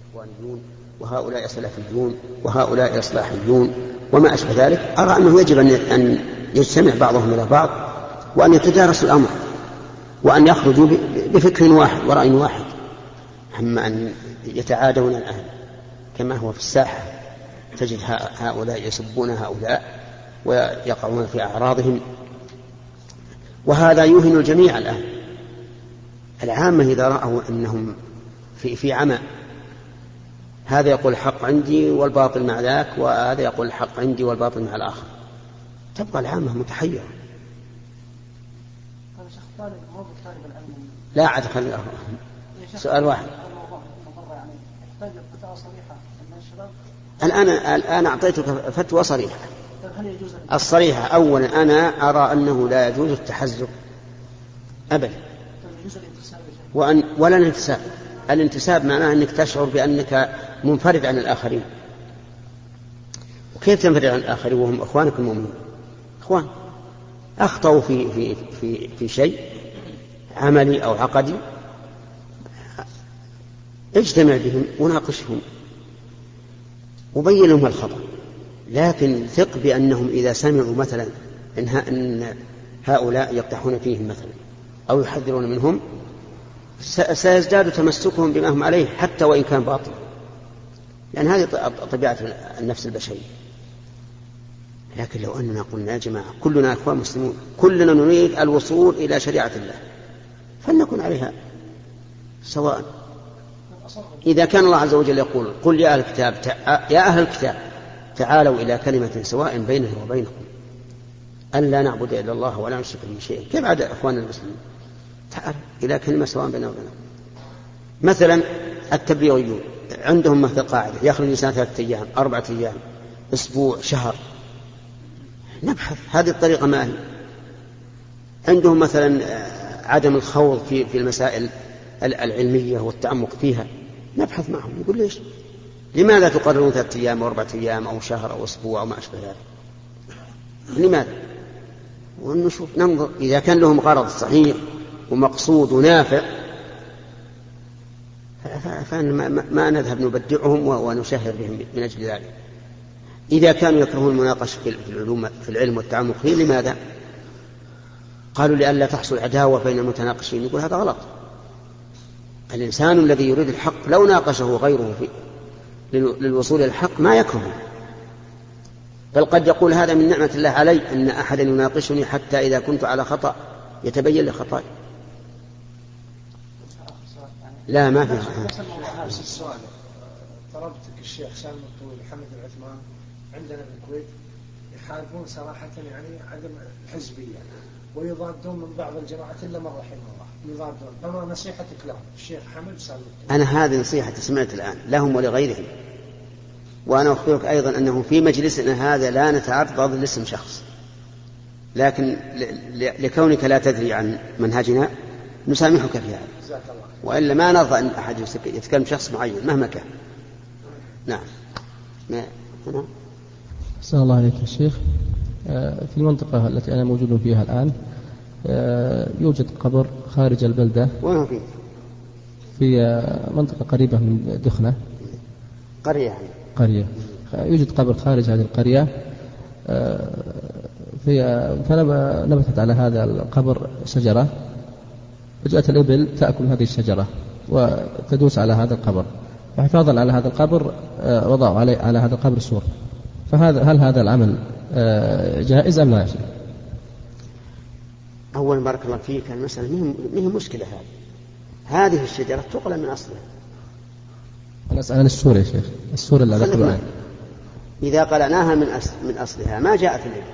إخوانيون وهؤلاء سلفيون وهؤلاء إصلاحيون وما أشبه ذلك، أرى أنه يجب أن يجتمع بعضهم إلى بعض وأن يتدارسوا الأمر وأن يخرجوا بفكر واحد ورأي واحد، أما أن يتعادون الآن كما هو في الساحة. تجد هؤلاء يسبون هؤلاء ويقعون في أعراضهم، وهذا يوهن الجميع الآن. العامة إذا رأوا أنهم في عمى، هذا يقول الحق عندي والباطل مع ذاك، وهذا يقول الحق عندي والباطل مع الآخر، تبقى العامة متحيرة. لا عاد خلي سؤال واحد. الآن أعطيتك فتوى صريحة. الصريحة أولا أنا أرى أنه لا يجوز التحزب أبدا، ولا الانتساب. الانتساب معناه أنك تشعر بأنك منفرد عن الآخرين. وكيف تنفرد عن الآخرين وهم أخوانك المؤمنين؟ أخوان أخطأوا في شيء عملي أو عقدي، اجتمع بهم وناقشهم وبين لهم الخطأ، لكن ثق بأنهم إذا سمعوا مثلا إن هؤلاء يقتحون فيهم مثلا أو يحذرون منهم سيزداد تمسكهم بما هم عليه حتى وإن كان باطل، لأن هذه طبيعة النفس البشرية. لكن لو أننا قلنا يا جماعة كلنا أخوان مسلمون، كلنا نريد الوصول إلى شريعة الله، فلنكن عليها سواء. إذا كان الله عز وجل يقول قل يا أهل الكتاب تعالوا إلى كلمة سواء بيننا وبينكم ألا نعبد إلا الله ولا نشرك به شيئا، كيف عاد أخواننا المسلمين؟ تعالوا إلى كلمة سواء بيننا وبينكم. مثلا التبليغيون عندهم مثل قاعدة يخرج الإنسان 3 أيام 4 أيام أسبوع شهر، نبحث هذه الطريقة ما هي. عندهم مثلا عدم الخوض في المسائل العلمية والتعمق فيها، نبحث معهم نقول ليش لماذا تقررون 3 أيام أو 4 أيام أو شهر أو أسبوع أو ما أشبه ذلك؟ لماذا؟ ونشوف ننظر إذا كان لهم غرض صحيح ومقصود ونافع فما نذهب نبدعهم ونشهر بهم من أجل ذلك. إذا كانوا يكرهون المناقشة في العلم والتعمق فيه، لماذا؟ قالوا لئلا تحصل عداوة بين المتناقشين. يقول هذا غلط. الإنسان الذي يريد الحق لو ناقشه غيره للوصول إلى الحق ما يكرهه، بل قد يقول هذا من نعمة الله علي أن أحدا يناقشني حتى إذا كنت على خطأ يتبين لي خطأي. لا ما في نفس السؤال. طلبتك الشيخ سالم الطويل محمد العثمان عندنا في الكويت يحاربون صراحة يعني عدم الحزبية ويضادون من بعض الجماعات إلا من رحمه الله يضادون، فما نصيحتك لهم الشيخ حمد سالم الطويل؟ أنا هذه نصيحتي سمعت الآن لهم ولغيرهم، وأنا أخبرك أيضا أنه في مجلسنا هذا لا نتعرض لاسم شخص، لكن لكونك لا تدري عن منهجنا نسامحك في هذا، وإلا ما نرضى أن أحد يتكلم شخص معين مهما كان. نعم. أحسن الله عليك يا شيخ. في المنطقة التي أنا موجود فيها الآن يوجد قبر خارج البلدة. وين فيه؟ في منطقة قريبة من دخنة. قرية. يوجد قبر خارج هذه القرية. فنبتت على هذا القبر شجرة، فجاءت الإبل تأكل هذه الشجرة وتدوس على هذا القبر، وحفاظا على هذا القبر وضعوا على هذا القبر سور. هل هذا العمل جائز أم لا يا شيخ؟ أول بارك الله فيك، المسألة مهم مشكلة. هذه الشجرة تقلى من أصلها. أنا أسأل عن السور يا شيخ، السور اللي ذكروا الآن. إذا قلعناها من أصلها ما جاءت الإبل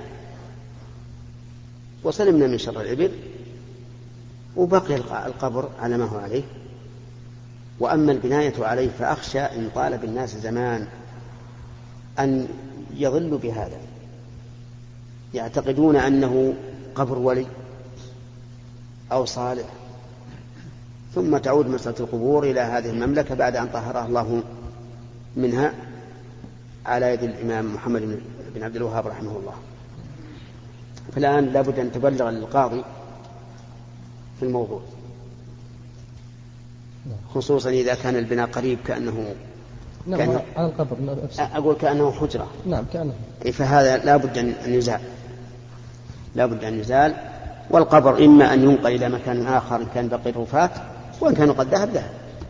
وسلمنا من شر الإبل وبقي القبر على ما هو عليه. وأما البناية عليه فأخشى إن طال بالناس زمان أن يضلوا بهذا، يعتقدون أنه قبر ولي أو صالح، ثم تعود مسألة القبور إلى هذه المملكة بعد أن طهرها الله منها على يد الإمام محمد بن عبد الوهاب رحمه الله. فالآن لابد أن تبلغ للقاضي في الموضوع، خصوصا إذا كان البناء قريب كأنه نعم على القبر نفسه. أقول كأنه حجرة. نعم كأنه. فهذا لا بد أن يزال، لا بد أن يزال. والقبر إما أن ينقل إلى مكان آخر إن كان بقي الرفات، وإن كان قد ذهب.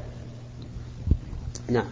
نعم.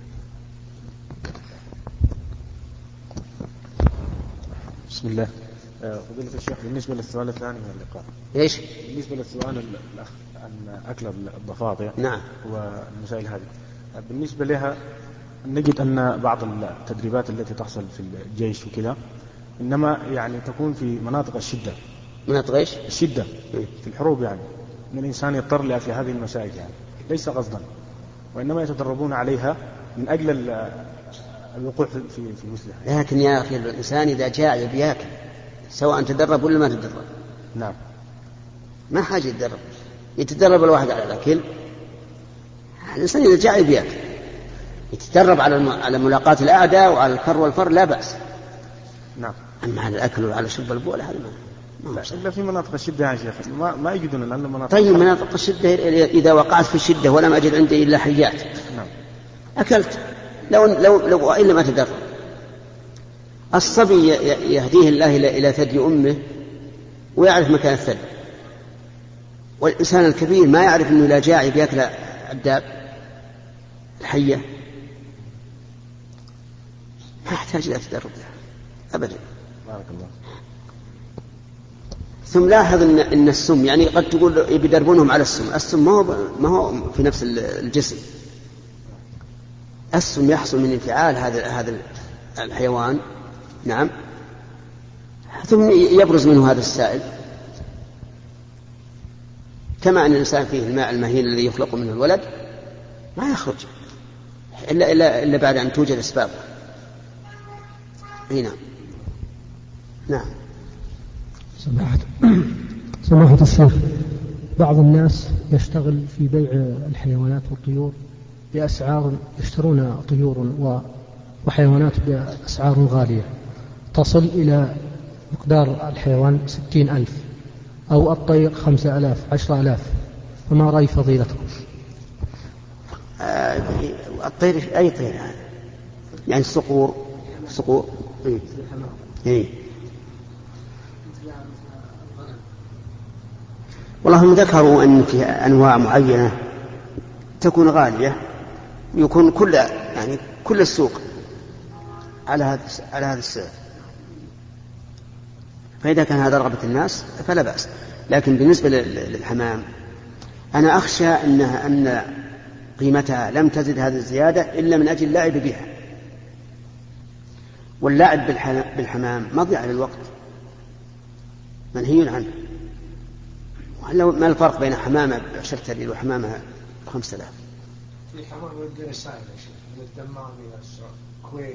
بسم الله. فضيلة الشيخ، بالنسبة للسؤال الثاني من اللقاء، إيش؟ بالنسبة للسؤال عن أكل الضفادع نعم والمسائل هذه، بالنسبة لها نجد أن بعض التدريبات التي تحصل في الجيش وكذا إنما يعني تكون في مناطق الشدة. مناطق إيش؟ الشدة في الحروب، يعني أن الإنسان يضطر لها في هذه المسائل، يعني ليس قصدا، وإنما يتدربون عليها من أجل الوقوع في مثلها. لكن يا أخي الإنسان إذا جاء بياكل سواء تدرب ولا ما تدرب. نعم. ما حاجة يتدرب الواحد على الأكل. الإنسان إذا جاء بياكل يتدرب على ملاقاة الأعداء وعلى الكر والفر لا بأس. نعم. أما على الأكل وعلى شرب البول هذا ما إلا في مناطق الشدة يا شيخ ما يجدون لأن مناطق. طيب مناطق الشدة إذا وقعت في الشدة ولم أجد عندي إلا حيات. نعم. أكلت لو إلا ما تدرب. الصبي يهديه الله إلى ثدي أمه ويعرف مكان الثدي، والإنسان الكبير ما يعرف أنه لا جاعي بيأكل الداب الحية، ما يحتاج إلى تدرب له أبدا. بارك الله. ثم لاحظ إن السم، يعني قد تقول يدربونهم على السم ما هو في نفس الجسم. السم يحصل من انفعال هذا الحيوان. نعم. ثم يبرز منه هذا السائل، كما أن الإنسان فيه الماء المهين الذي يخلق منه الولد ما يخرج إلا بعد أن توجد أسبابه. هنا. نعم. سماحة الشيخ، بعض الناس يشتغل في بيع الحيوانات والطيور بأسعار، يشترون طيور وحيوانات بأسعار غالية تصل إلى مقدار الحيوان 60,000 أو الطير 5,000 10,000، فما رأي فضيلتكم؟ الطير أي طير يعني صقور. والله ذكروا أن في أنواع معينة تكون غالية ويكون كل السوق على هذا السعر، فإذا كان هذا رغبة الناس فلا بأس. لكن بالنسبة للحمام أنا أخشى أن قيمتها لم تزد هذه الزيادة إلا من أجل اللعب بها، واللعب بالحمام مضيعة للوقت منهي عنه. ما الفرق بين حمامة ب10 ريال وحمامة ب5,000؟ في حمام يودي رسائل من الدمام إلى الكويت.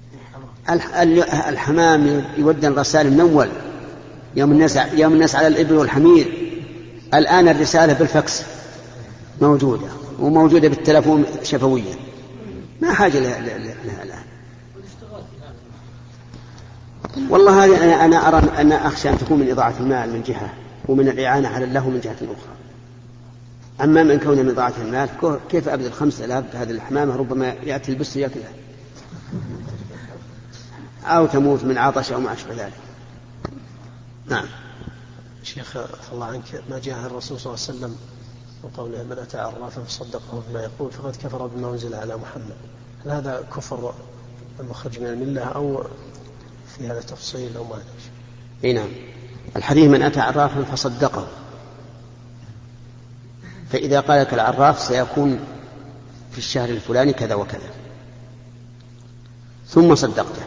الحمام يودي الرسائل من أول يوم الناس على الإبل والحمير. الآن الرسالة بالفكس موجودة وموجودة بالتلفون شفويا، ما حاجة لها الآن. والله هذه أنا أرى أن أخشى أن تكون من إضاعة المال من جهة ومن الإعانة على اللهو من جهة أخرى. أما من كون من إضاعة المال كيف أبذل 5,000 هذه الحمامة ربما يأتي البس يأكلها أو تموت من عطش أو ما أشبه ذلك. نعم. شيخ الله عنك، ما جاء الرسول صلى الله عليه وسلم وقوله من أتى عرافا فصدقه بما يقول فقد كفر بما أنزل على محمد، هل هذا كفر المخرج من الملة أو في هذا تفصيل أو ما أدري؟ نعم. الحديث من أتى عرافا فصدقه، فإذا قال لك العراف سيكون في الشهر الفلاني كذا وكذا ثم صدقته،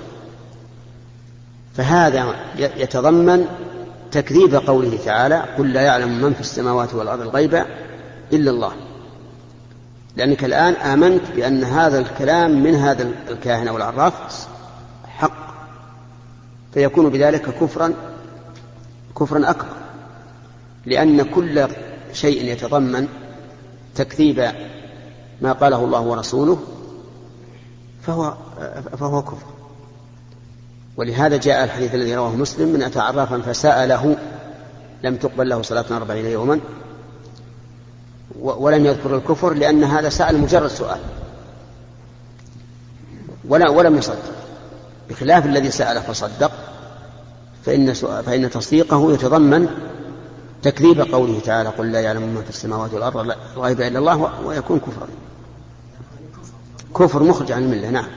فهذا يتضمن تكذيب قوله تعالى قل لا يعلم من في السماوات والأرض الغيب إلا الله، لأنك الآن آمنت بأن هذا الكلام من هذا الكاهن أو العراف حق، فيكون بذلك كفرا أكبر، لأن كل شيء يتضمن تكذيب ما قاله الله ورسوله فهو كفر. ولهذا جاء الحديث الذي رواه مسلم من أتى عرافا فسأله لم تقبل له صلاة 40 يوما، ولم يذكر الكفر لأن هذا سأل مجرد سؤال. ولم يصدق، بخلاف الذي سأل فصدق، فإن تصديقه يتضمن تكذيب قوله تعالى قل لا يعلم من في السماوات والأرض الغيب إلا الله، ويكون كفر مخرج عن الملة. نعم.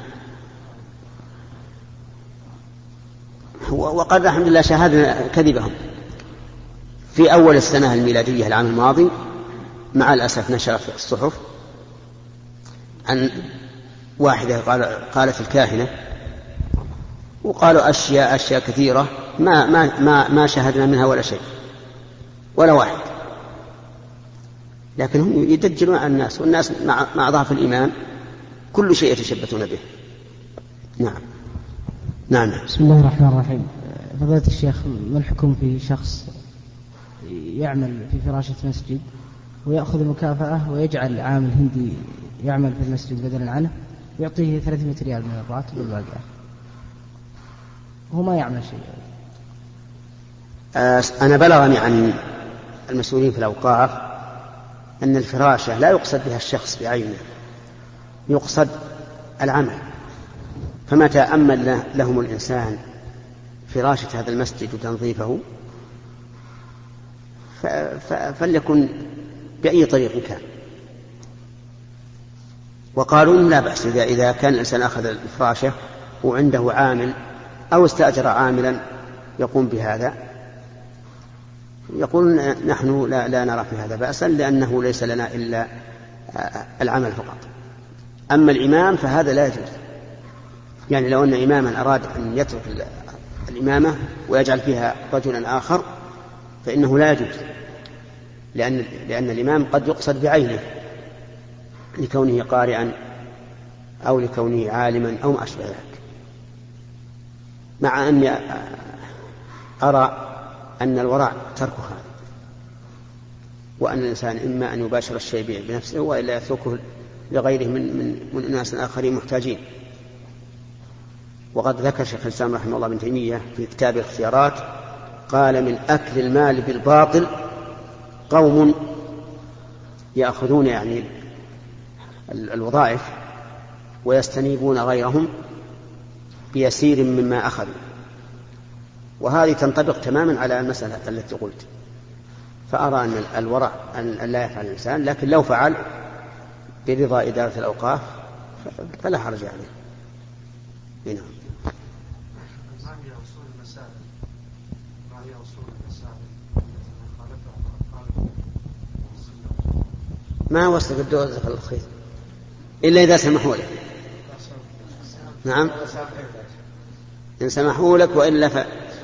وقد الحمد لله شاهدنا كذبهم في أول السنة الميلادية العام الماضي، مع الأسف نشر في الصحف عن واحدة قالت الكاهنة، وقالوا أشياء كثيرة ما شاهدنا منها ولا شيء ولا واحد، لكن هم يدجلون على الناس، والناس مع ضعف الإيمان كل شيء يتشبثون به. نعم. بسم الله الرحمن الرحيم. فضيلة الشيخ، ما الحكم في شخص يعمل في فراشة مسجد ويأخذ المكافأة ويجعل عامل هندي يعمل في المسجد بدلا عنه ويعطيه 300 ريال من الراتب والباقي هو ما يعمل شيء؟ أنا بلغني عن المسؤولين في الأوقاف أن الفراشة لا يقصد بها الشخص بعينه، يقصد العمل. فمتى أمن لهم الإنسان فراشة هذا المسجد وتنظيفه فليكن بأي طريق كان. وقالوا لا بأس إذا كان الإنسان أخذ الفراشة وعنده عامل أو استأجر عاملا يقوم بهذا، يقول نحن لا نرى في هذا بأسا، لأنه ليس لنا إلا العمل فقط. أما الإمام فهذا لا يجوز، يعني لو أن إماما أراد أن يترك الإمامة ويجعل فيها رجلا آخر فإنه لا يجوز، لأن الإمام قد يقصد بعينه لكونه قارئا أو لكونه عالما أو ما أشبه ذلك، مع أني أرى أن الورع ترك هذا، وأن الإنسان إما أن يباشر الشيء بنفسه وإلا يتركه لغيره من أناس آخرين محتاجين. وقد ذكر شيخ الإسلام رحمه الله ابن تيمية في كتاب الاختيارات قال من أكل المال بالباطل قوم يأخذون يعني الوظائف ويستنيبون غيرهم بيسير مما أخذوا، وهذه تنطبق تماما على المسألة التي قلت. فأرى أن الورع أن لا يفعل الإنسان، لكن لو فعل برضا إدارة الأوقاف فلا حرج عليه. هنا ما وصل الدوز في الخير إلا إذا سمحوا لك. نعم، إن سمحوا لك، وإلا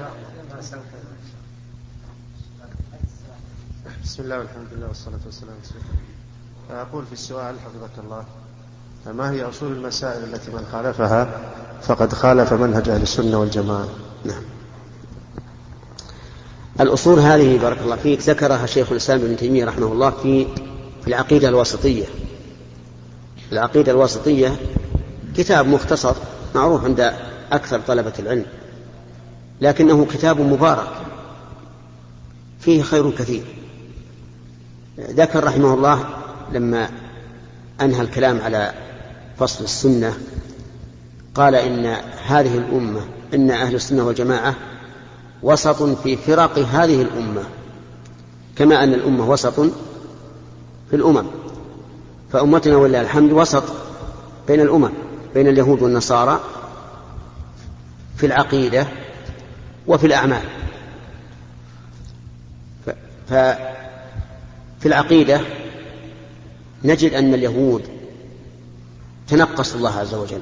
بسم الله والحمد لله والصلاة والسلام على رسول الله. أقول في السؤال حفظك الله، ما هي أصول المسائل التي من خالفها فقد خالف منهج أهل السنة والجماعة؟ نعم، الأصول هذه بارك الله فيك ذكرها شيخ الإسلام ابن تيمية رحمه الله في العقيدة الواسطية. العقيدة الواسطية كتاب مختصر معروف عند أكثر طلبة العلم، لكنه كتاب مبارك فيه خير كثير. ذكر رحمه الله لما أنهى الكلام على فصل السنة قال إن هذه الأمة، إن أهل السنة والجماعة وسط في فرق هذه الأمة، كما أن الأمة وسط في الأمم، فأمتنا ولله الحمد وسط بين الأمم، بين اليهود والنصارى في العقيدة وفي الأعمال. ففي العقيدة نجد أن اليهود تنقص الله عز وجل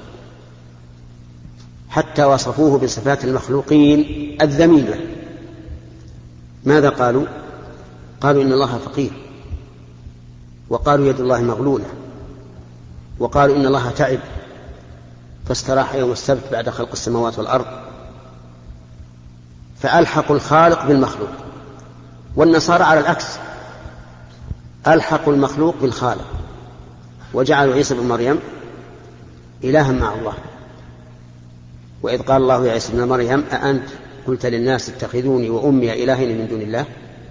حتى وصفوه بصفات المخلوقين الذميمة. ماذا قالوا؟ قالوا إن الله فقير، وقالوا يد الله مغلولة، وقالوا إن الله تعب فاستراح يوم السبت بعد خلق السماوات والأرض، فألحقوا الخالق بالمخلوق. والنصارى على العكس، ألحقوا المخلوق بالخالق وجعلوا عيسى بن مريم إلها مع الله. وإذ قال الله يا عيسى بن مريم أأنت قلت للناس اتخذوني وأمي إلهين من دون الله.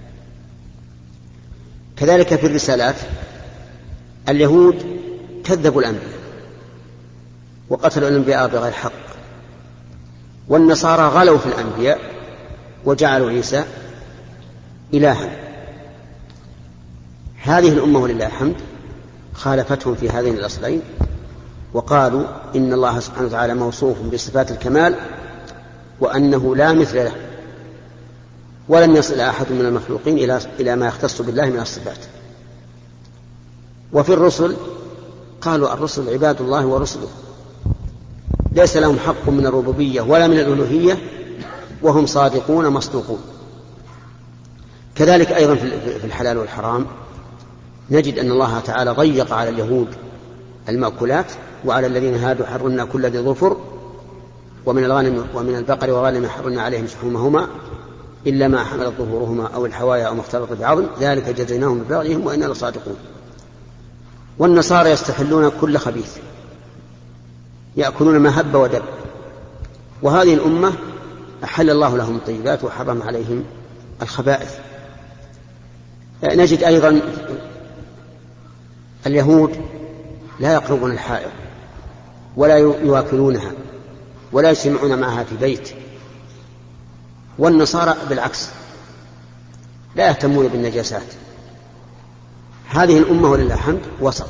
كذلك في الرسالات اليهود كذبوا الأنبياء وقتلوا الأنبياء بغير حق، والنصارى غلوا في الأنبياء وجعلوا عيسى إلها. هذه الأمة ولله الحمد خالفتهم في هذين الأصلين، وقالوا إن الله سبحانه وتعالى موصوف بصفات الكمال وأنه لا مثل له، ولن يصل أحد من المخلوقين إلى ما يختص بالله من الصفات. وفي الرسل قالوا الرسل عباد الله ورسله، ليس لهم حق من الربوبية ولا من الألوهية، وهم صادقون مصدوقون. كذلك أيضا في الحلال والحرام نجد أن الله تعالى ضيق على اليهود المأكولات، وعلى الذين هادوا حرمنا كل ذي ظفر، ومن الغنم ومن البقر والغنم حرمنا عليهم شحومهما إلا ما حملت ظهورهما أو الحوايا أو ما اختلط بعظم، ذلك جزيناهم ببغيهم وإنا لصادقون. والنصارى يستحلون كل خبيث، يأكلون ما هب ودب. وهذه الأمة أحل الله لهم الطيبات وحرم عليهم الخبائث. نجد أيضا اليهود لا يقربون الحائض ولا يواكلونها ولا يجتمعون معها في بيت، والنصارى بالعكس لا يهتمون بالنجاسات. هذه الأمة ولله الحمد وسط،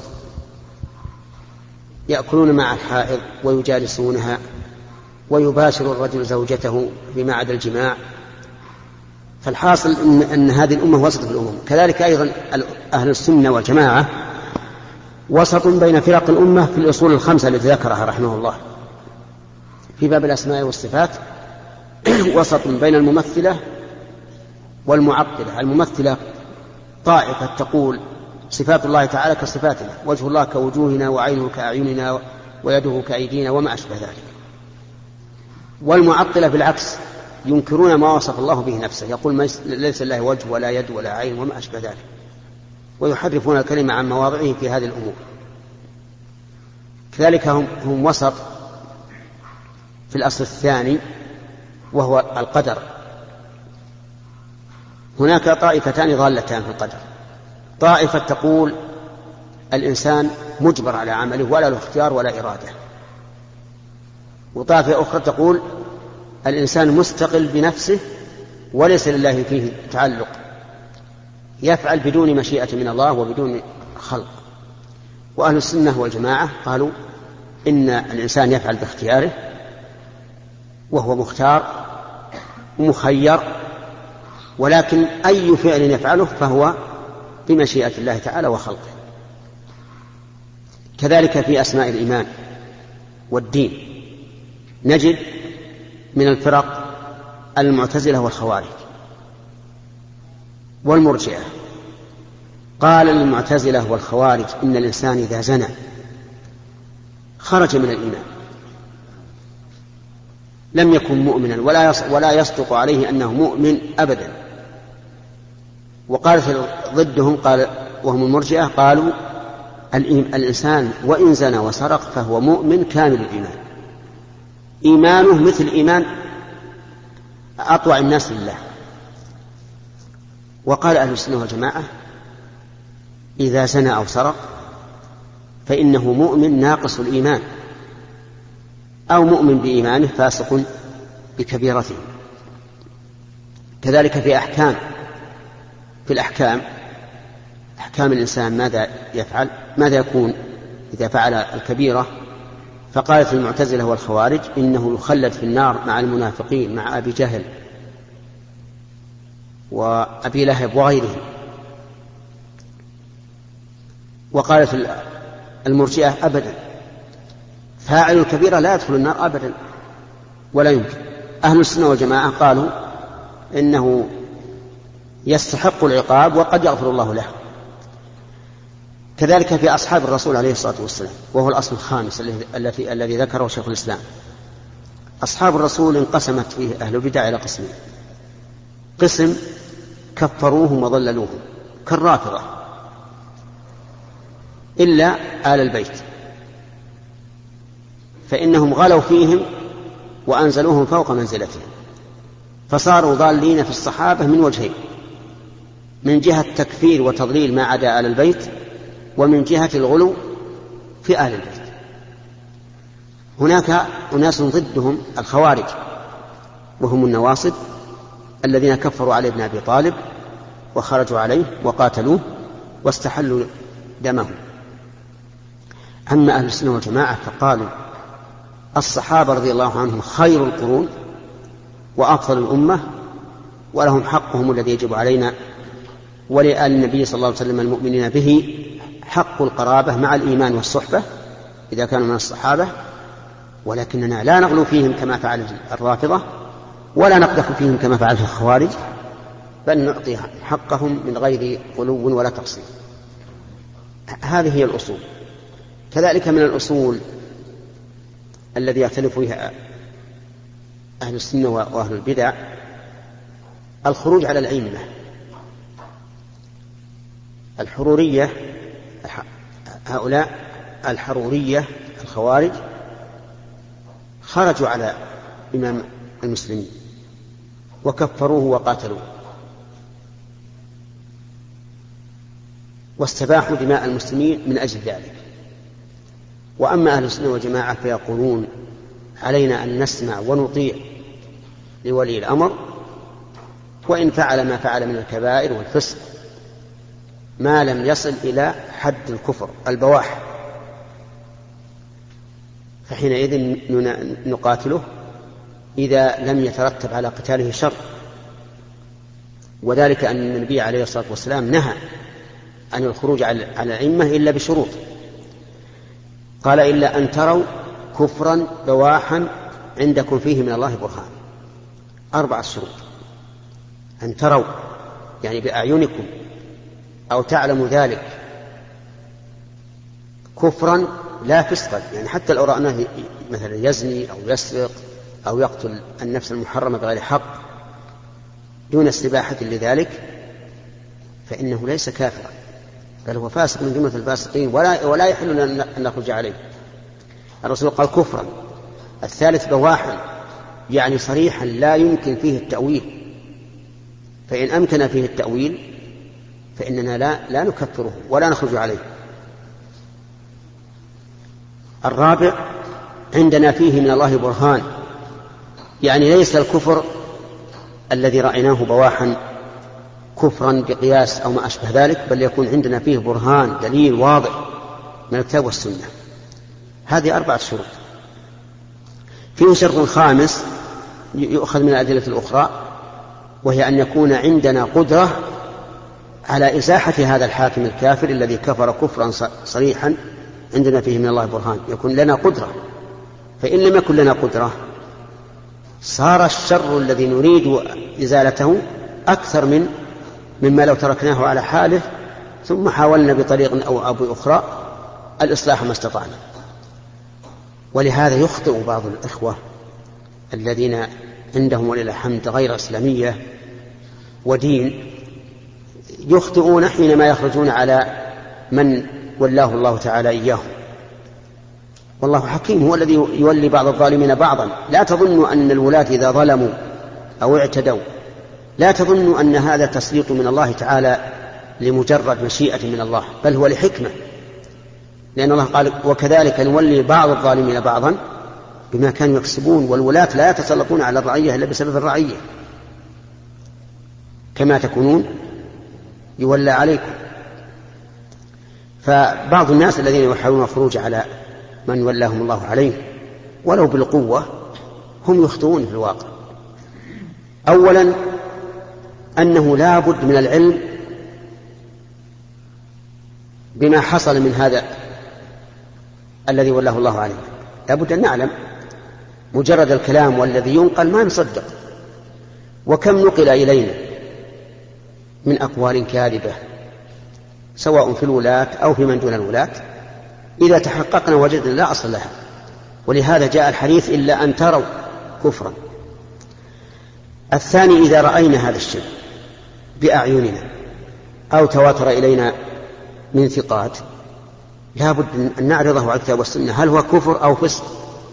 يأكلون مع الحائض ويجالسونها، ويباشر الرجل زوجته بما عدا الجماع. فالحاصل أن هذه الأمة وسط في الأمم. كذلك أيضا أهل السنة والجماعة وسط بين فرق الأمة في الأصول الخمسة التي ذكرها رحمه الله في باب الأسماء والصفات. وسط بين الممثلة والمعطلة. الممثلة طائفة تقول صفات الله تعالى كصفاتنا، وجه الله كوجوهنا، وعينه كأعيننا، ويده كأيدينا، وما أشبه ذلك. والمعطلة بالعكس ينكرون ما وصف الله به نفسه، يقول ليس الله وجه ولا يد ولا عين وما أشبه ذلك، ويحرفون الكلمة عن مواضعه في هذه الأمور. كذلك هم وسط في الأصل الثاني وهو القدر. هناك طائفتان ضالتان في القدر، طائفة تقول الإنسان مجبر على عمله ولا له اختيار ولا إرادة، وطائفة أخرى تقول الإنسان مستقل بنفسه وليس لله فيه تعلق، يفعل بدون مشيئة من الله وبدون خلق. وأهل السنة والجماعة قالوا إن الإنسان يفعل باختياره، وهو مختار ومخير، ولكن أي فعل يفعله فهو بمشيئة الله تعالى وخلقه. كذلك في أسماء الإيمان والدين نجد من الفرق المعتزلة والخوارج والمرجئة. قال المعتزلة والخوارج إن الإنسان إذا زنى خرج من الإيمان، لم يكن مؤمنا ولا يصدق عليه أنه مؤمن أبدا. وقالت ضدهم قال وهم المرجئة قالوا الإنسان وإن زنى وسرق فهو مؤمن كامل الإيمان، إيمانه مثل إيمان أطوع الناس لله. وقال أهل السنة والجماعة إذا زنى أو سرق فإنه مؤمن ناقص الإيمان، أو مؤمن بإيمانه فاسق بكبيرته. كذلك في الأحكام أحكام الإنسان ماذا يكون إذا فعل الكبيرة. فقالت المعتزلة والخوارج إنه يخلد في النار مع المنافقين مع أبي جهل وأبي لهب وغيرهم. وقالت المرجئة أبدا فاعل الكبيرة لا يدخل النار أبدا ولا يمكن. أهل السنة والجماعة قالوا إنه يستحق العقاب وقد يغفر الله له. كذلك في أصحاب الرسول عليه الصلاة والسلام، وهو الأصل الخامس الذي ذكره شيخ الإسلام. أصحاب الرسول انقسمت فيه أهل البدع إلى قسمين: قسم كفروهم وضللوهم كالرافضة إلا آل البيت، فإنهم غلوا فيهم وأنزلوهم فوق منزلتهم، فصاروا ضالين في الصحابة من وجهين: من جهة تكفير وتضليل ما عدا آل البيت، ومن جهة الغلو في آل البيت. هناك أناس ضدهم الخوارج وهم النواصب الذين كفروا علي بن أبي طالب وخرجوا عليه وقاتلوه واستحلوا دمه. أما أهل السنة والجماعة فقالوا الصحابة رضي الله عنهم خير القرون وأفضل الأمة ولهم حقهم الذي يجب علينا ولآل النبي صلى الله عليه وسلم المؤمنين به حق القرابة مع الإيمان والصحبة إذا كانوا من الصحابة، ولكننا لا نغلو فيهم كما فعل الرافضة ولا نقدح فيهم كما فعل الخوارج، بل نعطي حقهم من غير غلو ولا تقصير. هذه هي الأصول. كذلك من الأصول الذي يختلف فيها أهل السنة وأهل البدع الخروج على الأئمة. الحرورية هؤلاء الحرورية الخوارج خرجوا على إمام المسلمين وكفروه وقاتلوه واستباحوا دماء المسلمين من أجل ذلك. وأما أهل السنة والجماعة فيقولون علينا أن نسمع ونطيع لولي الأمر وإن فعل ما فعل من الكبائر والفسق ما لم يصل إلى حد الكفر البواح، فحينئذ نقاتله إذا لم يترتب على قتاله شر. وذلك أن النبي عليه الصلاة والسلام نهى عن الخروج على الأئمة إلا بشروط، قال إلا أن تروا كفرا بواحا عندكم فيه من الله برهان. 4 شروط: أن تروا يعني بأعينكم أو تعلموا ذلك كفرا لا فسقا، يعني حتى لو رأناه مثلا يزني أو يسرق أو يقتل النفس المحرمة بغير حق دون استباحة لذلك فإنه ليس كافرا بل هو فاسق من جملة الفاسقين ولا يحل أن نخرج عليه. الرسول قال كفرا. الثالث بواحا يعني صريحا لا يمكن فيه التأويل، فإن أمكن فيه التأويل فإننا لا نكفره ولا نخرج عليه. الرابع عندنا فيه من الله برهان، يعني ليس الكفر الذي رأيناه بواحا كفرا بقياس أو ما أشبه ذلك، بل يكون عندنا فيه برهان دليل واضح من الكتاب والسنة. هذه 4 شروط. فيه شرط خامس يؤخذ من الأدلة الأخرى، وهي أن يكون عندنا قدرة على إزاحة هذا الحاكم الكافر الذي كفر كفرا صريحا عندنا فيه من الله برهان، يكون لنا قدرة. فإن لم يكن لنا قدرة صار الشر الذي نريد إزالته أكثر مما لو تركناه على حاله ثم حاولنا بطريق أو بأخرى الإصلاح ما استطعنا. ولهذا يخطئ بعض الإخوة الذين عندهم ولله الحمد غير إسلامية ودين، يخطئون حينما يخرجون على من ولاه الله تعالى إياهم. والله حكيم، هو الذي يولي بعض الظالمين بعضا. لا تظنوا أن الولاة إذا ظلموا أو اعتدوا لا تظنوا أن هذا تسليط من الله تعالى لمجرد مشيئة من الله، بل هو لحكمة، لأن الله قال وكذلك نولي بعض الظالمين بعضا بما كانوا يكسبون. والولاة لا يتسلطون على الرعية إلا بسبب الرعية، كما تكونون يولى عليكم. فبعض الناس الذين يحاولون الخروج على من ولاهم الله عليه ولو بالقوة هم يخطئون في الواقع. أولا أنه لا بد من العلم بما حصل من هذا الذي ولاه الله عليه، لا بد أن نعلم. مجرد الكلام والذي ينقل ما نصدق. وكم نقل إلينا من أقوال كاذبة سواء في الولاة أو في من دون الولاة، إذا تحققنا وجدنا لا أصل لها. ولهذا جاء الحديث إلا أن تروا كفرا. الثاني إذا رأينا هذا الشيء بأعيننا أو تواتر إلينا من ثقات لا بد أن نعرضه على الكتاب والسنة هل هو كفر أو فسق.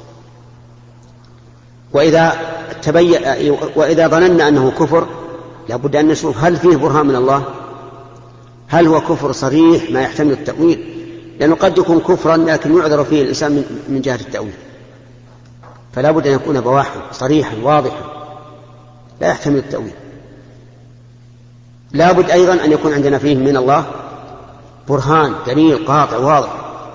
وإذا ظننا أنه كفر لا بد أن نشوف هل فيه برهان من الله، هل هو كفر صريح ما يحتمل التأويل، لأنه قد يكون كفرا لكن يعذر فيه الإنسان من جهة التأويل. فلا بد أن يكون بواحا صريحا واضحا لا يحتمل التأويل. لا بد أيضا أن يكون عندنا فيه من الله برهان دليل قاطع واضح.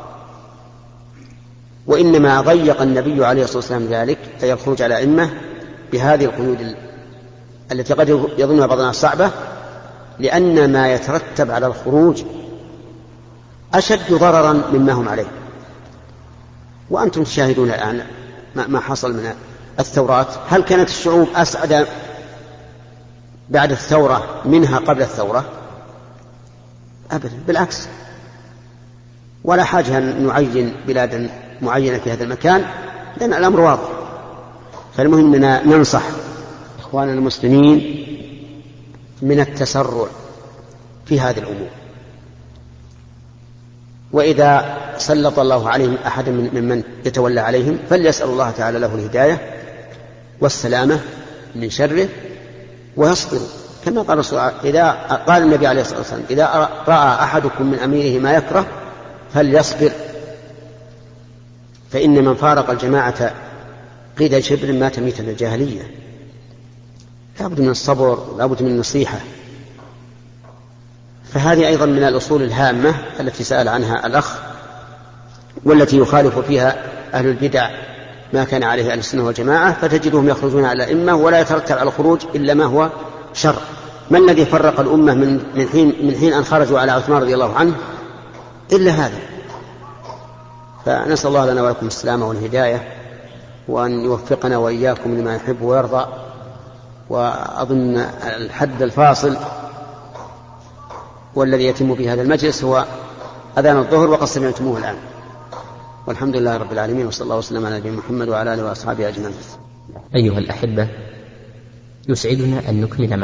وإنما ضيق النبي عليه الصلاة والسلام ذلك أي الخروج على أئمة بهذه القيود التي قد يظنها بعض الناس صعبة، لأن ما يترتب على الخروج أشد ضررا مما هم عليه. وأنتم تشاهدون الآن ما حصل من الثورات. هل كانت الشعوب أسعد بعد الثورة منها قبل الثورة؟ أبدا، بالعكس. ولا حاجة أن نعين بلادا معينة في هذا المكان لأن الأمر واضح. فالمهم أننا ننصح إخواننا المسلمين من التسرع في هذه الأمور. وإذا سلط الله عليهم أحد ممن يتولى عليهم فليسأل الله تعالى له الهداية والسلامة من شره ويصبروا. كما قال الرسول إذا قال النبي عليه الصلاة والسلام إذا رأى أحدكم من أميره ما يكره فليصبر، فإن من فارق الجماعة قيد شبر مات ميتة الجاهلية. لا بد من الصبر، لا بد من النصيحة. فهذه أيضا من الأصول الهامة التي سأل عنها الأخ، والتي يخالف فيها أهل البدع ما كان عليه أهل السنة والجماعة، فتجدهم يخرجون على الأئمة ولا يترتب على الخروج إلا ما هو شر. ما الذي فرق الأمة من حين أن خرجوا على عثمان رضي الله عنه إلا هذا. فنسأل الله لنا ولكم السلامة والهداية، وأن يوفقنا وإياكم لما يحب ويرضى. وأظن الحد الفاصل والذي يتم في هذا المجلس هو أذان الظهر وقد سمعتموه الآن. والحمد لله رب العالمين، وصلى الله وسلم على نبينا محمد وعلى آله وأصحابه أجمعين. أيها الأحبة، يسعدنا أن نكمل